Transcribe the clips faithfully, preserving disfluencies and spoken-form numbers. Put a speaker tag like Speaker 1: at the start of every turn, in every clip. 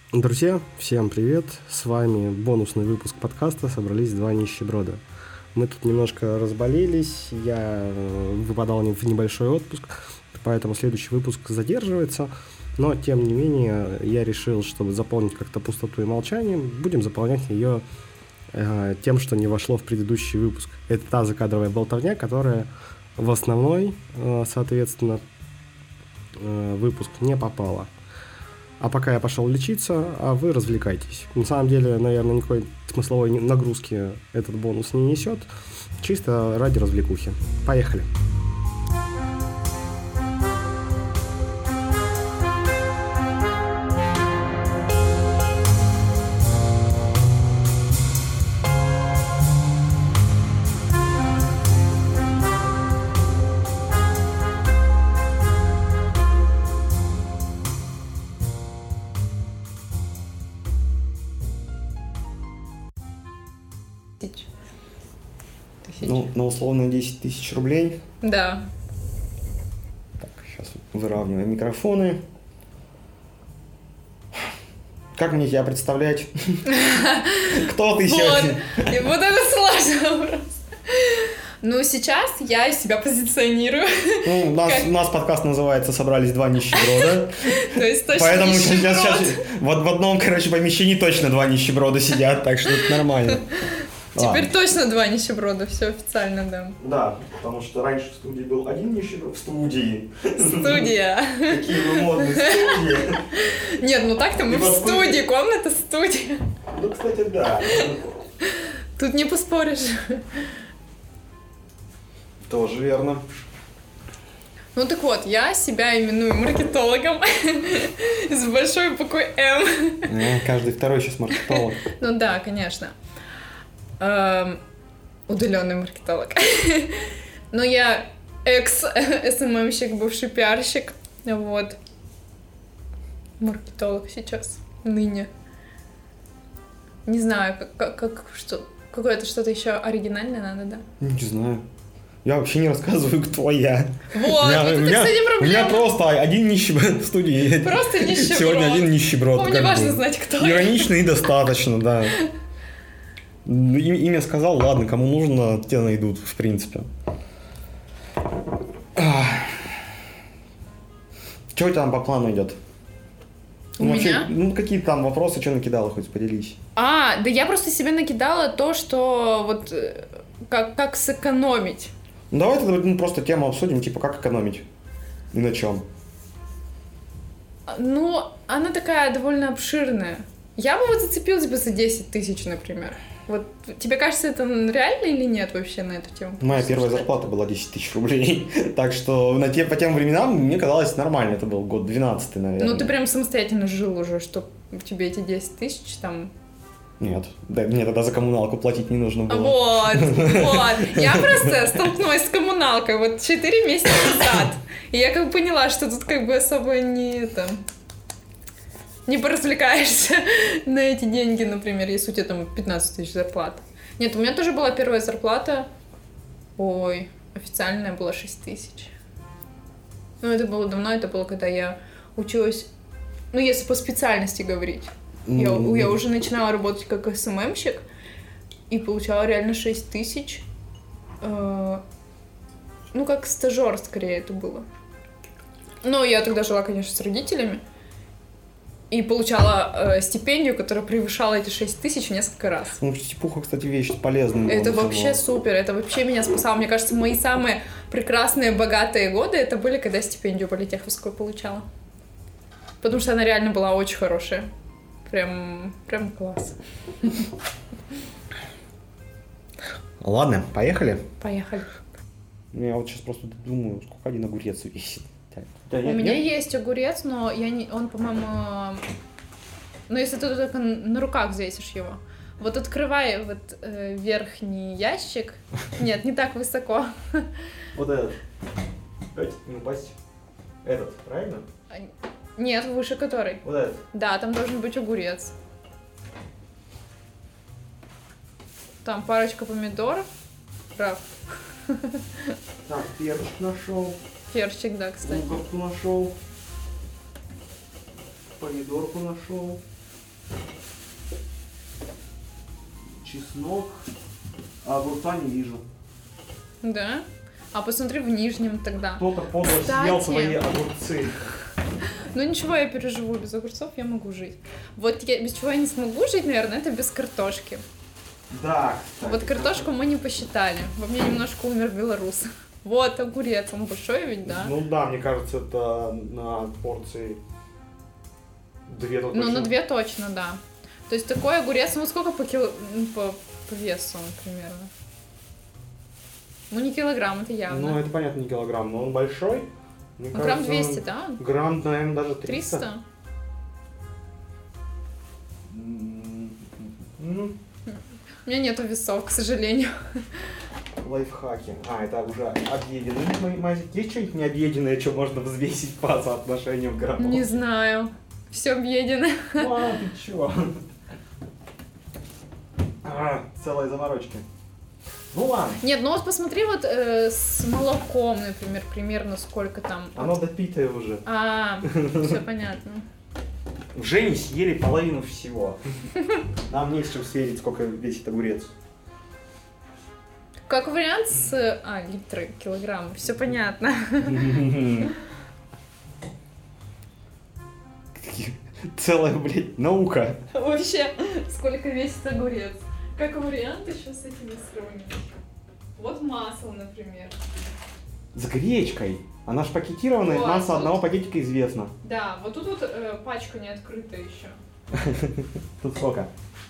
Speaker 1: Друзья, всем привет! С вами бонусный выпуск подкаста «Собрались два нищеброда». Мы тут немножко разболелись, я выпадал в небольшой отпуск, поэтому следующий выпуск задерживается. Но, тем не менее, я решил, чтобы заполнить как-то пустоту и молчание, будем заполнять ее э, тем, что не вошло в предыдущий выпуск. Это та закадровая болтовня, которая в основной, э, соответственно, э, выпуск не попала. А пока я пошел лечиться, а вы развлекайтесь. На самом деле, наверное, никакой смысловой нагрузки этот бонус не несет. Чисто ради развлекухи. Поехали. Ну, на условно десять тысяч рублей.
Speaker 2: Да.
Speaker 1: Так, сейчас выравниваем микрофоны. Как мне тебя представлять? Кто ты сегодня?
Speaker 2: Вот это сложный вопрос. Ну, сейчас я себя позиционирую.
Speaker 1: Ну, у нас, как... у нас подкаст называется «Собрались два нищеброда».
Speaker 2: То есть точно
Speaker 1: Поэтому
Speaker 2: нищеброд.
Speaker 1: сейчас, сейчас в, в одном, короче, помещении точно два нищеброда сидят, так что это нормально.
Speaker 2: Теперь а. точно два нищеброда, все официально, да.
Speaker 1: Да, потому что раньше в студии был один нищеброд. В студии.
Speaker 2: Студия.
Speaker 1: Какие мы модные студии.
Speaker 2: Нет, ну так-то мы в студии, комната студия.
Speaker 1: Ну, кстати, да.
Speaker 2: Тут не поспоришь.
Speaker 1: Тоже верно.
Speaker 2: Ну так вот, я себя именую маркетологом с большой буквы М.
Speaker 1: Ну, каждый второй сейчас маркетолог.
Speaker 2: Ну да, конечно. Эм, удаленный маркетолог. Но я экс-эс эм эм-щик, бывший пиарщик. Вот. Маркетолог сейчас, ныне. Не знаю, как, как, как что, какое-то что-то еще оригинальное надо, да?
Speaker 1: Не знаю. Я вообще не рассказываю, кто я.
Speaker 2: Вот, меня, вот это, меня, кстати, проблема.
Speaker 1: У меня просто один нищеброд в студии.
Speaker 2: Просто нищеброд.
Speaker 1: Сегодня один нищеброд.
Speaker 2: Мне важно знать, кто
Speaker 1: я. Иронично и достаточно, да. Имя сказал, ладно, кому нужно, те найдут, в принципе. Что у тебя там по плану идет?
Speaker 2: У
Speaker 1: ну,
Speaker 2: меня?
Speaker 1: Вообще, ну, какие там вопросы, что накидала, хоть поделись.
Speaker 2: А, да я просто себе накидала то, что вот как, как сэкономить.
Speaker 1: Ну, давай тогда ну, просто тему обсудим, типа, как экономить и на чем.
Speaker 2: Ну, она такая довольно обширная. Я бы вот зацепилась бы за десять тысяч, например. Вот тебе кажется, это реально или нет вообще на эту тему?
Speaker 1: Моя первая зарплата была десять тысяч рублей, так что на те, по тем временам мне казалось нормально, это был год двенадцатый, наверное.
Speaker 2: Ну ты прям самостоятельно жил уже, что тебе эти десять тысяч там...
Speaker 1: Нет, да, мне тогда за коммуналку платить не нужно было.
Speaker 2: Вот, вот. Я просто столкнулась с коммуналкой вот четыре месяца назад, и я как бы поняла, что тут как бы особо не это... Не поразвлекаешься на эти деньги, например, если у тебя там пятнадцать тысяч зарплат. Нет, у меня тоже была первая зарплата. Ой, официальная была шесть тысяч. Ну, это было давно, это было, когда я училась... Ну, если по специальности говорить. Mm-hmm. Я, я уже начинала работать как эс эм эм-щик и получала реально шесть тысяч. Э, ну, как стажер, скорее, это было. Но я тогда жила, конечно, с родителями. И получала э, стипендию, которая превышала эти шесть тысяч в несколько раз.
Speaker 1: Ну, стипуха, кстати, вещь полезная.
Speaker 2: Это вообще супер, это вообще меня спасало. Мне кажется, мои самые прекрасные, богатые годы, это были, когда стипендию политеховскую получала. Потому что она реально была очень хорошая. Прям, прям класс.
Speaker 1: Ладно, поехали?
Speaker 2: Поехали.
Speaker 1: Я вот сейчас просто думаю, сколько один огурец весит.
Speaker 2: Да, У нет, меня нет? есть огурец, но я не, он, по-моему, ну если ты только на руках взвесишь его. Вот открывай вот э, верхний ящик. Нет, не так высоко.
Speaker 1: Вот этот. Давайте не упасть. Этот, правильно?
Speaker 2: Нет, выше который.
Speaker 1: Вот этот.
Speaker 2: Да, там должен быть огурец. Там парочка помидоров. Прав.
Speaker 1: Так, перчик нашел.
Speaker 2: Перчик, да, кстати.
Speaker 1: Луковку нашел. Помидорку нашел.
Speaker 3: Чеснок. А огурца не вижу.
Speaker 2: Да? А посмотри в нижнем тогда.
Speaker 3: Кто-то подло
Speaker 2: Кстати.
Speaker 3: съел свои огурцы.
Speaker 2: Ну ничего, я переживу, без огурцов я могу жить. Вот я, без чего я не смогу жить, наверное, это без картошки.
Speaker 3: Да. Кстати,
Speaker 2: Вот картошку мы не посчитали. Во мне немножко умер белорус. Вот огурец, он большой ведь, да?
Speaker 3: Ну да, мне кажется, это на порции две точно.
Speaker 2: Ну, на две точно, да. То есть такой огурец, ну сколько по, кило... по, по весу он примерно? Ну не килограмм, это явно.
Speaker 3: Ну это понятно, не килограмм, но он большой. Мне
Speaker 2: Ну, грамм
Speaker 3: кажется,
Speaker 2: двести, да?
Speaker 3: Грамм, наверное, даже триста.
Speaker 2: триста?
Speaker 3: Ну,
Speaker 2: У меня нету весов, к сожалению.
Speaker 3: лайфхаки. А, это уже объеденные. Мазик, есть что-нибудь необъеденное, что можно взвесить по соотношению в граммах?
Speaker 2: Не знаю. Все объедено.
Speaker 3: А, ты чё? А, целые заморочки. Ну ладно.
Speaker 2: Нет, ну вот посмотри вот э, с молоком, например, примерно сколько там.
Speaker 3: Оно допитое уже.
Speaker 2: А, все понятно.
Speaker 3: Уже не съели половину всего. Нам не с чем сверить, сколько весит огурец.
Speaker 2: Как вариант с... А, литры, килограммы, все понятно.
Speaker 3: Целая, блядь, наука.
Speaker 2: Вообще, сколько весит огурец. Как вариант еще с этими сравнить. Вот масло, например.
Speaker 3: С гречкой. Она ж пакетированная,
Speaker 2: Вот,
Speaker 3: масса
Speaker 2: тут-
Speaker 3: одного пакетика известна.
Speaker 2: Да, вот тут вот э, пачка не открыта еще.
Speaker 3: Тут сколько?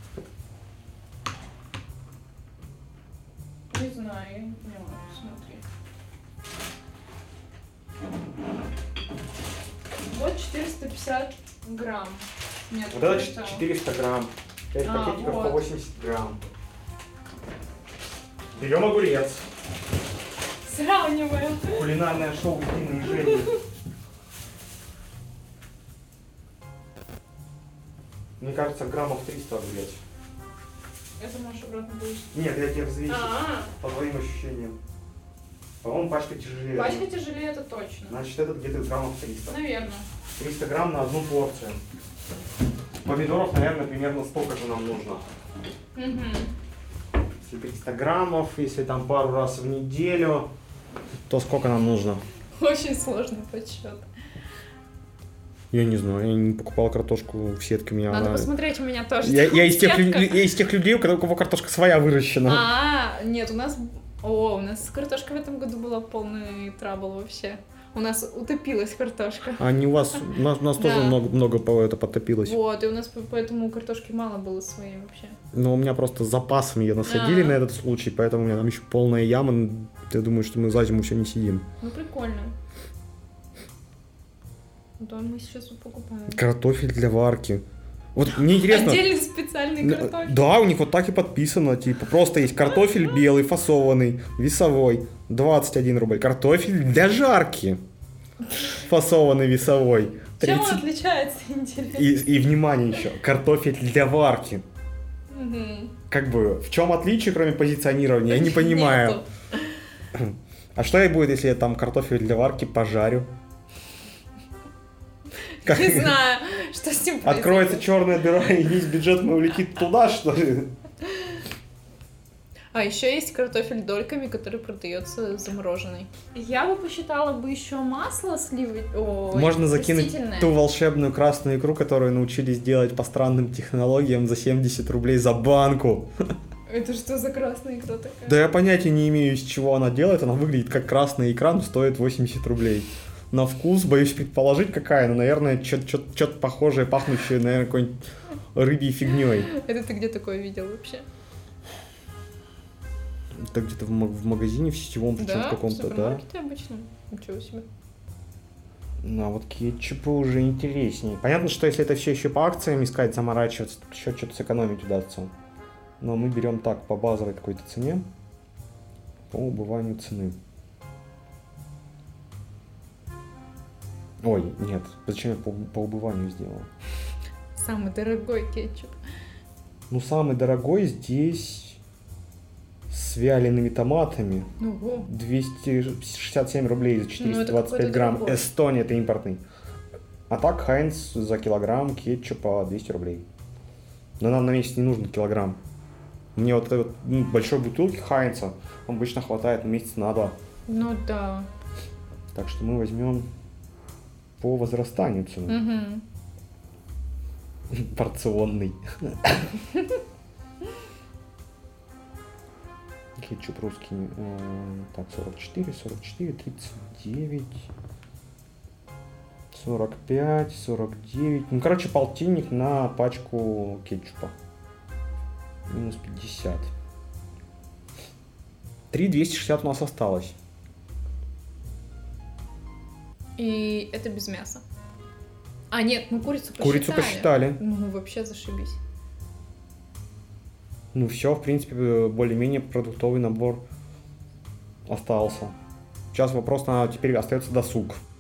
Speaker 2: Не знаю, я не поняла, смотри. Вот четыреста пятьдесят грамм. Нет,
Speaker 3: Вот это
Speaker 2: это-
Speaker 3: четыреста грамм. пять
Speaker 2: А,
Speaker 3: пакетиков
Speaker 2: вот.
Speaker 3: по восемьдесят грамм. Берем огурец.
Speaker 2: Сравниваем.
Speaker 3: Кулинарное шоу Дины и Жени. Мне кажется, граммов триста огурец.
Speaker 2: Это можешь обратно будешь.
Speaker 3: Нет, я тебе взвесил
Speaker 2: А,
Speaker 3: по твоим ощущениям. По-моему, пачка тяжелее.
Speaker 2: пачка тяжелее, это точно.
Speaker 3: Значит, это где-то граммов триста.
Speaker 2: Наверное.
Speaker 3: триста грамм на одну порцию. Помидоров, наверное, примерно столько же нам нужно.
Speaker 2: Угу.
Speaker 3: Если триста граммов, если там пару раз в неделю, то сколько нам нужно?
Speaker 2: Очень сложный подсчет.
Speaker 3: Я не знаю, я не покупал картошку в сетке. Меня
Speaker 2: Надо
Speaker 3: она...
Speaker 2: посмотреть, у меня тоже.
Speaker 3: я,
Speaker 2: там
Speaker 3: я, из тех,
Speaker 2: сетка.
Speaker 3: лю- я из тех людей, у кого картошка своя выращена.
Speaker 2: А, нет, у нас... О, у нас с картошкой в этом году была полный трабл вообще. У нас утопилась картошка.
Speaker 3: А не у вас, у нас, у нас тоже
Speaker 2: Да.
Speaker 3: много, много по это потопилось.
Speaker 2: Вот, и у нас по- поэтому картошки мало было своей вообще.
Speaker 3: Но у меня просто с запасом ее насадили
Speaker 2: А.
Speaker 3: на этот случай, поэтому у меня там еще полная яма. Я думаю, что мы за зиму все не сидим.
Speaker 2: Ну, прикольно. Да, мы сейчас покупаем.
Speaker 3: Картофель для варки. Вот мне интересно.
Speaker 2: Отдельный специальный
Speaker 3: Н-
Speaker 2: картофель.
Speaker 3: Да, у них вот так и подписано, типа, просто есть картофель белый, фасованный, весовой, двадцать один рубль. Картофель для жарки, фасованный, весовой,
Speaker 2: Чем он
Speaker 3: тридцать.
Speaker 2: отличается, интересно?
Speaker 3: И, и, внимание еще, картофель для варки.
Speaker 2: Мгм.
Speaker 3: Как бы, в чем отличие, кроме позиционирования, я не понимаю.
Speaker 2: Нету.
Speaker 3: А что и будет, если я там картофель для варки пожарю? Как-
Speaker 2: Не знаю, что с ним
Speaker 3: Откроется
Speaker 2: произойдет.
Speaker 3: черная дыра, и весь бюджет мой улетит туда, что ли?
Speaker 2: А еще есть картофель дольками, который продается замороженный. Я бы посчитала бы еще масло сливать.
Speaker 3: Можно закинуть ту волшебную красную икру, которую научились делать по странным технологиям за семьдесят рублей за банку.
Speaker 2: Это что за красная икра такая?
Speaker 3: Да я понятия не имею, из чего она делает. Она выглядит как красная икра, но стоит восемьдесят рублей. На вкус, боюсь предположить, какая. Но, наверное, что-то похожее, пахнущее, наверное, какой-нибудь рыбьей фигней.
Speaker 2: Это ты где такое видел вообще?
Speaker 3: Это где-то в, ма- в магазине, в сетевом, причем
Speaker 2: Да,
Speaker 3: в каком-то,
Speaker 2: в
Speaker 3: да.
Speaker 2: супермаркете обычно. Ничего себе.
Speaker 3: Ну, а вот кетчупы уже интереснее. Понятно, что если это все еще по акциям искать, заморачиваться, то еще что-то сэкономить удастся. Но мы берем так, по базовой какой-то цене, по убыванию цены. Ой, нет, зачем я по, по убыванию сделал?
Speaker 2: Самый дорогой кетчуп.
Speaker 3: Ну, самый дорогой здесь с вялеными томатами.
Speaker 2: Ого.
Speaker 3: двести шестьдесят семь рублей за четыреста двадцать пять
Speaker 2: какой-то
Speaker 3: грамм.
Speaker 2: дорогой.
Speaker 3: Эстония, это импортный. А так Хайнц за килограмм кетчупа двести рублей. Но нам на месяц не нужно килограмм. Мне вот этой вот ну, большой бутылки Хайнца обычно хватает на месяц на два.
Speaker 2: Ну да.
Speaker 3: Так что мы возьмем по возрастанию цены.
Speaker 2: Угу.
Speaker 3: Порционный. Кетчуп русский. Так, сорок четыре, сорок четыре, тридцать девять, сорок пять, сорок девять. Ну, короче, полтинник на пачку кетчупа. Минус пятьдесят. три двести шестьдесят у нас осталось.
Speaker 2: И это без мяса. А, нет, мы курицу посчитали.
Speaker 3: Курицу посчитали.
Speaker 2: Ну, вообще зашибись.
Speaker 3: Ну, все, в принципе, более-менее продуктовый набор остался. Сейчас вопрос, на теперь остается досуг.